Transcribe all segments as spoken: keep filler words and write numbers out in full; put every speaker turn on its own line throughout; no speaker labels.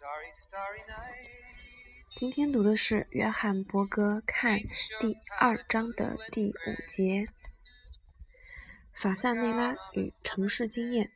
今天读的是约翰伯格看第二章的第五节，法萨内拉与城市经验。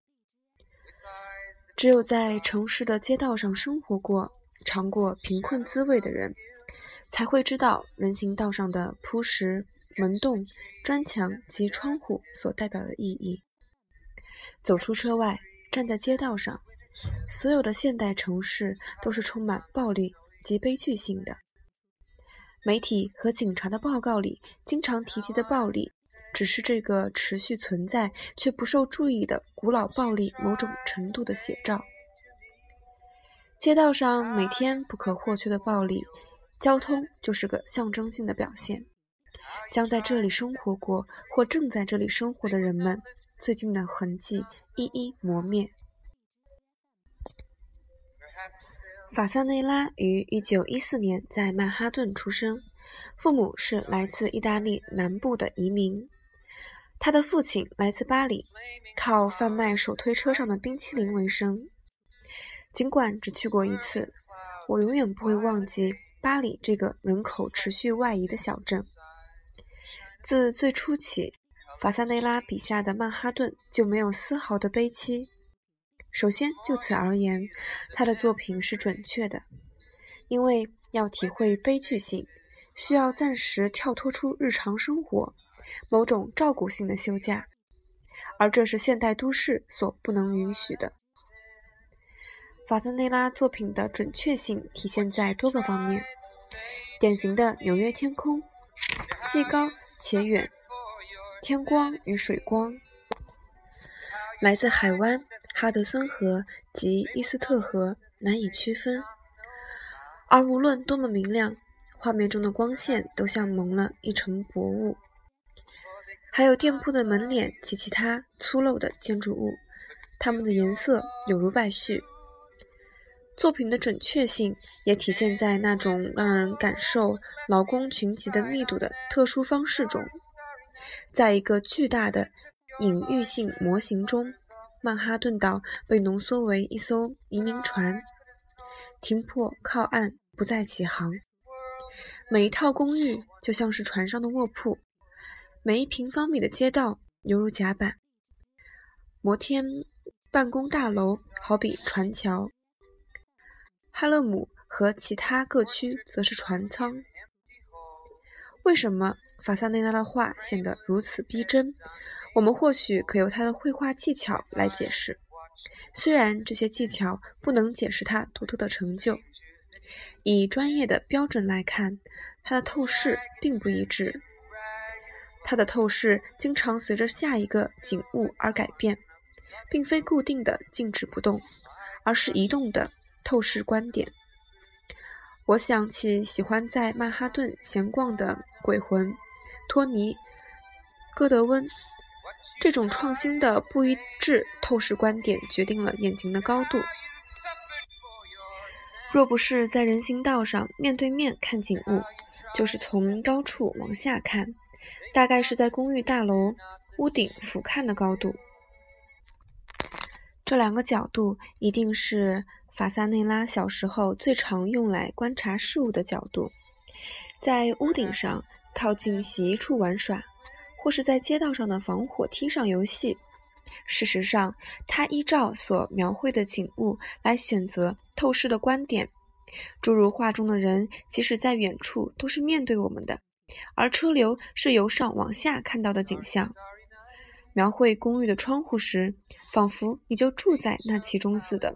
只有在城市的街道上生活过、尝过贫困滋味的人，才会知道人行道上的铺石、门洞、砖墙及窗户所代表的意义。走出车外，站在街道上，所有的现代城市都是充满暴力及悲剧性的。媒体和警察的报告里经常提及的暴力，只是这个持续存在却不受注意的古老暴力某种程度的写照。街道上每天不可或缺的暴力，交通就是个象征性的表现。将在这里生活过或正在这里生活的人们，最近的痕迹一一磨灭。法萨内拉于一九一四年在曼哈顿出生，父母是来自意大利南部的移民。他的父亲来自巴黎，靠贩卖手推车上的冰淇淋为生。尽管只去过一次，我永远不会忘记巴黎这个人口持续外移的小镇。自最初起，法萨内拉笔下的曼哈顿就没有丝毫的悲戚。首先就此而言，他的作品是准确的，因为要体会悲剧性，需要暂时跳脱出日常生活，某种照顾性的休假，而这是现代都市所不能允许的。法萨内拉作品的准确性体现在多个方面，典型的纽约天空，既高且远，天光与水光，来自海湾、哈德森河及伊斯特河难以区分，而无论多么明亮，画面中的光线都像蒙了一层薄雾。还有店铺的门脸及其他粗陋的建筑物，它们的颜色有如败絮。作品的准确性也体现在那种让人感受劳工群集的密度的特殊方式中。在一个巨大的隐喻性模型中，曼哈顿岛被浓缩为一艘移民船，停泊靠岸，不再起航。每一套公寓就像是船上的卧铺，每一平方米的街道犹如甲板，摩天办公大楼好比船桥，哈勒姆和其他各区则是船舱。为什么法萨内拉的画显得如此逼真？我们或许可由他的绘画技巧来解释，虽然这些技巧不能解释他独特的成就。以专业的标准来看，他的透视并不一致。他的透视经常随着下一个景物而改变，并非固定的静止不动，而是移动的透视观点。我想起喜欢在曼哈顿闲逛的鬼魂托尼·戈德温，这种创新的不一致透视观点决定了眼睛的高度。若不是在人行道上面对面看景物，就是从高处往下看，大概是在公寓大楼屋顶俯瞰的高度。这两个角度一定是法萨内拉小时候最常用来观察事物的角度。在屋顶上靠近洗衣处玩耍，或是在街道上的防火梯上游戏。事实上，他依照所描绘的景物来选择透视的观点，诸如画中的人即使在远处都是面对我们的，而车流是由上往下看到的景象。描绘公寓的窗户时，仿佛你就住在那其中似的。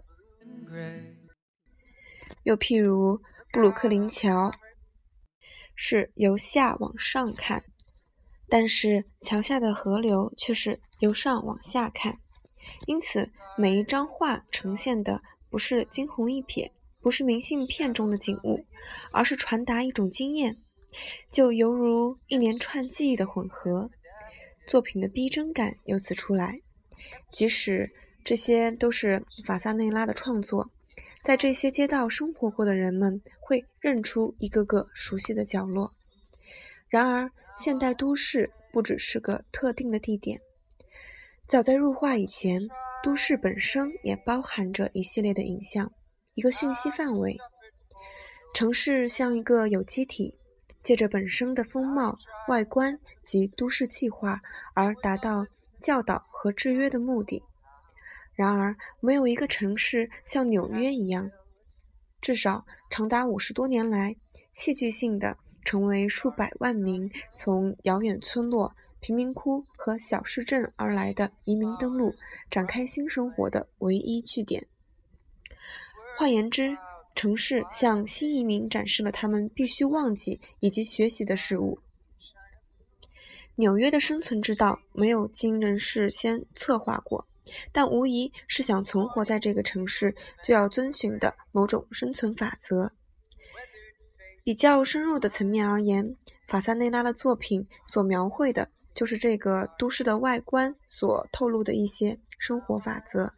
又譬如布鲁克林桥是由下往上看，但是桥下的河流却是由上往下看，因此每一张画呈现的不是惊鸿一瞥，不是明信片中的景物，而是传达一种经验，就犹如一连串记忆的混合。作品的逼真感由此出来。即使这些都是法萨内拉的创作，在这些街道生活过的人们会认出一个个熟悉的角落。然而现代都市不只是个特定的地点，早在入画以前，都市本身也包含着一系列的影像， 一个讯息范围。城市像一个有机体，借着本身的风貌、外观及都市计划而达到教导和制约的目的。然而，没有一个城市像纽约一样，至少长达五十多年来，戏剧性地成为数百万名从遥远村落、贫民窟和小市镇而来的移民登陆，展开新生活的唯一据点。换言之，城市向新移民展示了他们必须忘记以及学习的事物。纽约的生存之道没有经人事先策划过，但无疑是想存活在这个城市就要遵循的某种生存法则。比较深入的层面而言，法萨内拉的作品所描绘的就是这个都市的外观所透露的一些生活法则。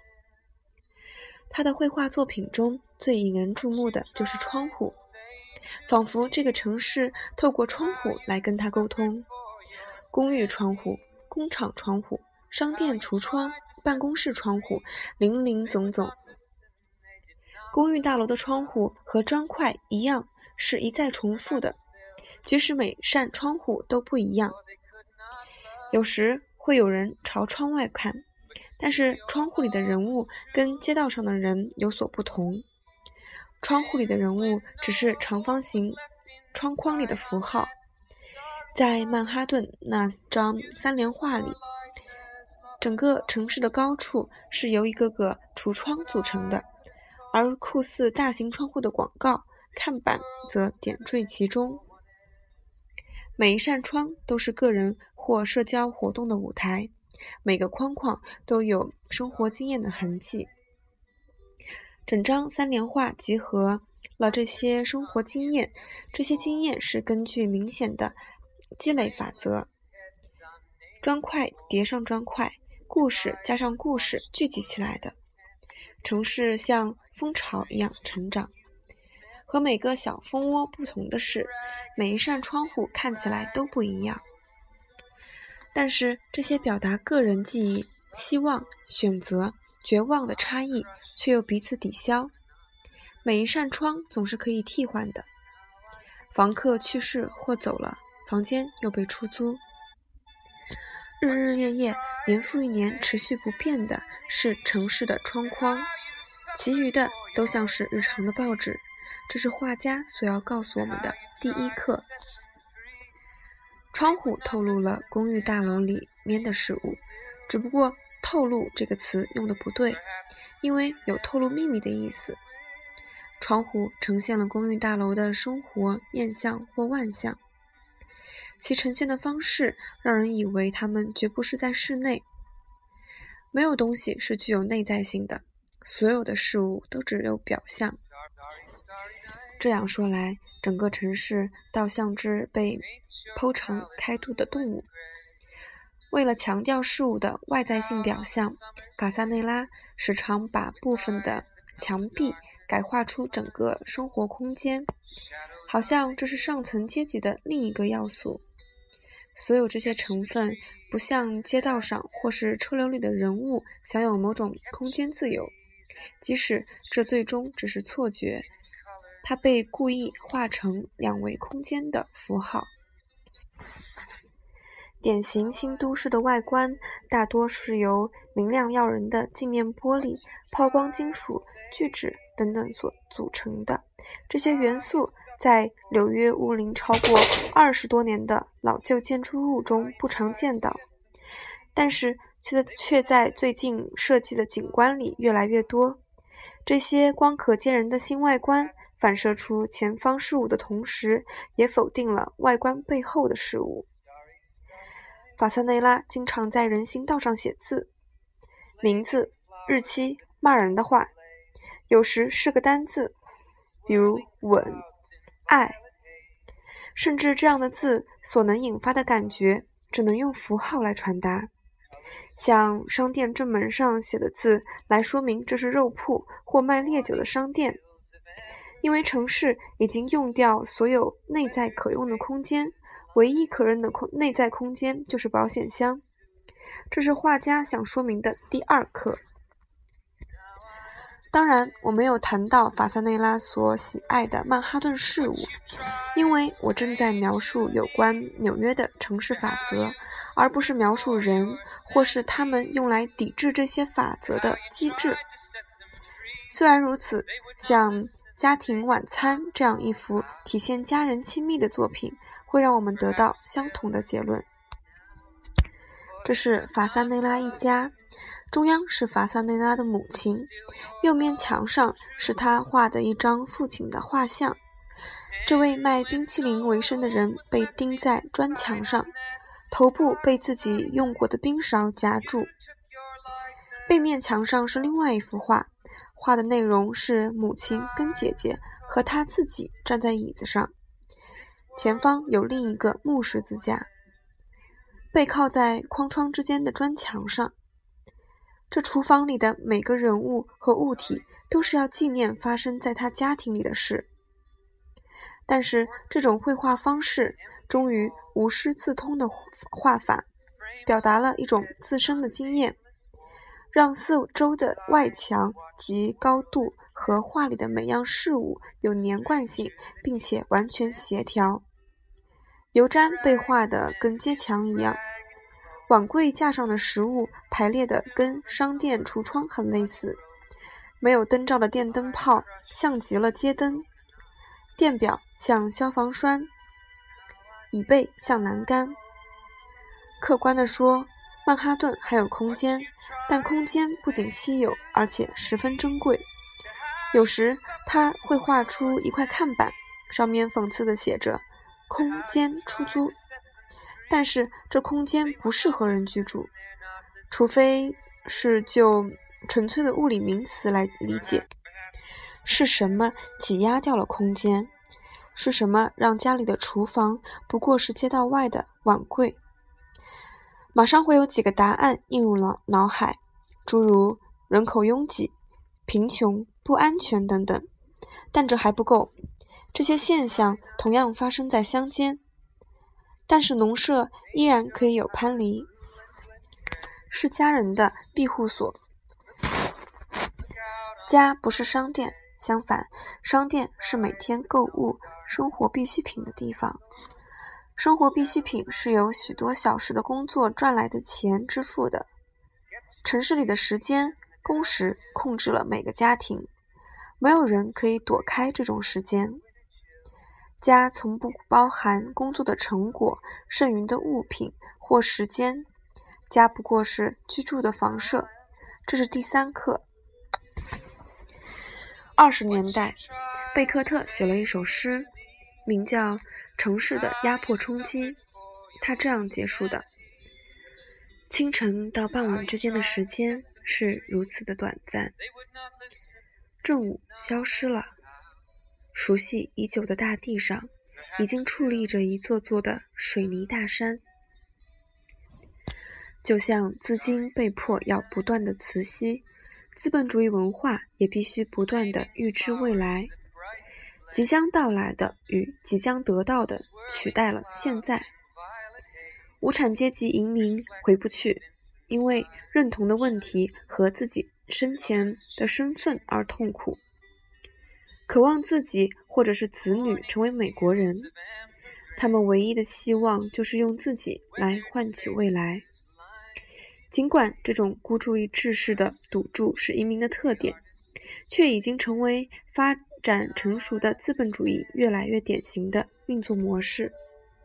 他的绘画作品中最引人注目的就是窗户，仿佛这个城市透过窗户来跟他沟通。公寓窗户、工厂窗户、商店橱窗、办公室窗户，林林总总。公寓大楼的窗户和砖块一样，是一再重复的，即使每扇窗户都不一样。有时会有人朝窗外看，但是窗户里的人物跟街道上的人有所不同。窗户里的人物只是长方形窗框里的符号。在曼哈顿那张三联画里，整个城市的高处是由一个个橱窗组成的，而酷似大型窗户的广告看板则点缀其中。每一扇窗都是个人或社交活动的舞台，每个框框都有生活经验的痕迹。整张三联画集合了这些生活经验，这些经验是根据明显的积累法则，砖块叠上砖块，故事加上故事聚集起来的。城市像蜂巢一样成长。和每个小蜂窝不同的是，每一扇窗户看起来都不一样。但是这些表达个人记忆、希望、选择、绝望的差异却又彼此抵消。每一扇窗总是可以替换的。房客去世或走了，房间又被出租。日日夜夜、年复一年持续不变的是城市的窗框，其余的都像是日常的报纸。这是画家所要告诉我们的第一课。窗户透露了公寓大楼里面的事物，只不过透露这个词用的不对，因为有透露秘密的意思。窗户呈现了公寓大楼的生活面相或万象，其呈现的方式让人以为它们绝不是在室内。没有东西是具有内在性的，所有的事物都只有表象。这样说来，整个城市倒像只被剖肠开肚的动物。为了强调事物的外在性表象，卡萨内拉时常把部分的墙壁改画出整个生活空间，好像这是上层阶级的另一个要素。所有这些成分不像街道上或是车流里的人物享有某种空间自由，即使这最终只是错觉，它被故意画成两维空间的符号。典型新都市的外观大多是由明亮耀人的镜面玻璃、抛光金属、聚酯等等所组成的。这些元素在纽约屋龄超过二十多年的老旧建筑物中不常见到，但是却却在最近设计的景观里越来越多。这些光可见人的新外观反射出前方事物的同时，也否定了外观背后的事物。法萨内拉经常在人行道上写字，名字、日期、骂人的话，有时是个单字，比如吻、爱，甚至这样的字所能引发的感觉只能用符号来传达，像商店正门上写的字来说明这是肉铺或卖烈酒的商店。因为城市已经用掉所有内在可用的空间，唯一可认的空内在空间就是保险箱。这是画家想说明的第二课。 当然，我没有谈到法萨内拉所喜爱的曼哈顿事务，因为我正在描述有关纽约的城市法则，而不是描述人或是他们用来抵制这些法则的机制。虽然如此，像《家庭晚餐》这样一幅体现家人亲密的作品，会让我们得到相同的结论。这是法萨内拉一家，中央是法萨内拉的母亲，右面墙上是他画的一张父亲的画像。这位卖冰淇淋为生的人被钉在砖墙上，头部被自己用过的冰勺夹住。背面墙上是另外一幅画，画的内容是母亲跟姐姐和他自己站在椅子上，前方有另一个木十字架，背靠在框窗之间的砖墙上。这厨房里的每个人物和物体都是要纪念发生在他家庭里的事。但是这种绘画方式忠于无师自通的画法，表达了一种自身的经验，让四周的外墙及高度和画里的每样事物有连贯性，并且完全协调。油毡被画得跟街墙一样，碗柜架上的食物排列的跟商店橱窗很类似，没有灯罩的电灯泡像极了街灯，电表像消防栓，椅背像栏杆。客观地说，曼哈顿还有空间，但空间不仅稀有，而且十分珍贵。有时他会画出一块看板，上面讽刺地写着空间出租，但是这空间不适合人居住，除非是就纯粹的物理名词来理解。是什么挤压掉了空间？是什么让家里的厨房不过是街道外的碗柜？马上会有几个答案映入了脑海，诸如人口拥挤、贫穷、不安全等等。但这还不够，这些现象同样发生在乡间，但是农舍依然可以有藩篱，是家人的庇护所。家不是商店，相反，商店是每天购物生活必需品的地方。生活必需品是由许多小时的工作赚来的钱支付的。城市里的时间、工时控制了每个家庭，没有人可以躲开这种时间。家从不包含工作的成果、剩余的物品或时间，家不过是居住的房舍。这是第三课。二十年代，贝克特写了一首诗，名叫《城市的压迫冲击》。他这样结束的：清晨到傍晚之间的时间是如此的短暂，正午消失了，熟悉已久的大地上已经矗立着一座座的水泥大山，就像资金被迫要不断的磁吸，资本主义文化也必须不断的预知未来，即将到来的与即将得到的取代了现在。无产阶级移民回不去，因为认同的问题和自己生前的身份而痛苦，渴望自己或者是子女成为美国人，他们唯一的希望就是用自己来换取未来。尽管这种孤注一掷式的赌注是移民的特点，却已经成为发展成熟的资本主义越来越典型的运作模式。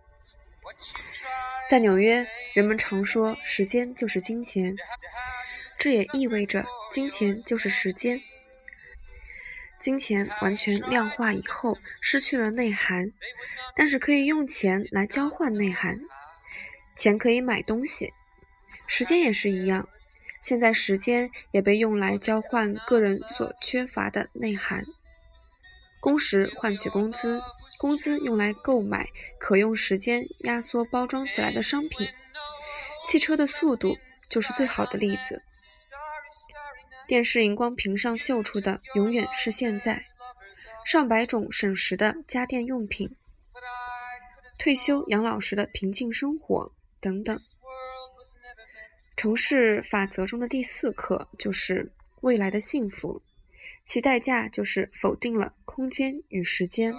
在纽约，人们常说时间就是金钱，这也意味着金钱就是时间。金钱完全量化以后失去了内涵，但是可以用钱来交换内涵。钱可以买东西，时间也是一样，现在时间也被用来交换个人所缺乏的内涵。工时换取工资，工资用来购买可用时间压缩包装起来的商品。汽车的速度就是最好的例子。电视荧光屏上秀出的永远是现在，上百种省时的家电用品，退休养老时的平静生活等等。城市法则中的第四课就是未来的幸福， 其代价就是否定了空间与时间。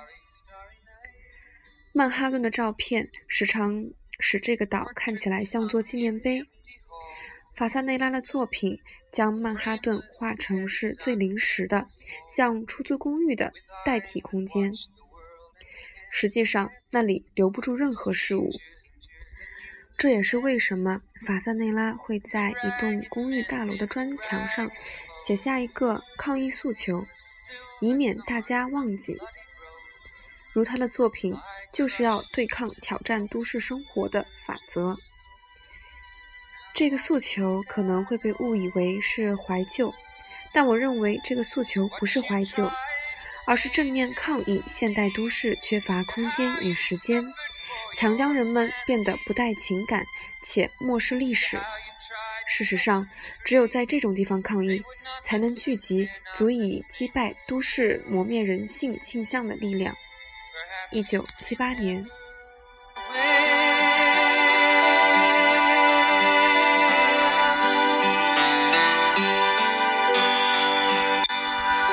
曼哈顿的照片时常使这个岛看起来像座纪念碑。法萨内拉的作品将曼哈顿画成是最临时的，像出租公寓的代替空间。实际上，那里留不住任何事物。这也是为什么法萨内拉会在一栋公寓大楼的砖墙上写下一个抗议诉求，以免大家忘记。如他的作品就是要对抗挑战都市生活的法则。这个诉求可能会被误以为是怀旧，但我认为这个诉求不是怀旧，而是正面抗议现代都市缺乏空间与时间，强将人们变得不带情感且漠视历史。事实上，只有在这种地方抗议，才能聚集足以击败都市磨灭人性倾向的力量。一九七八年。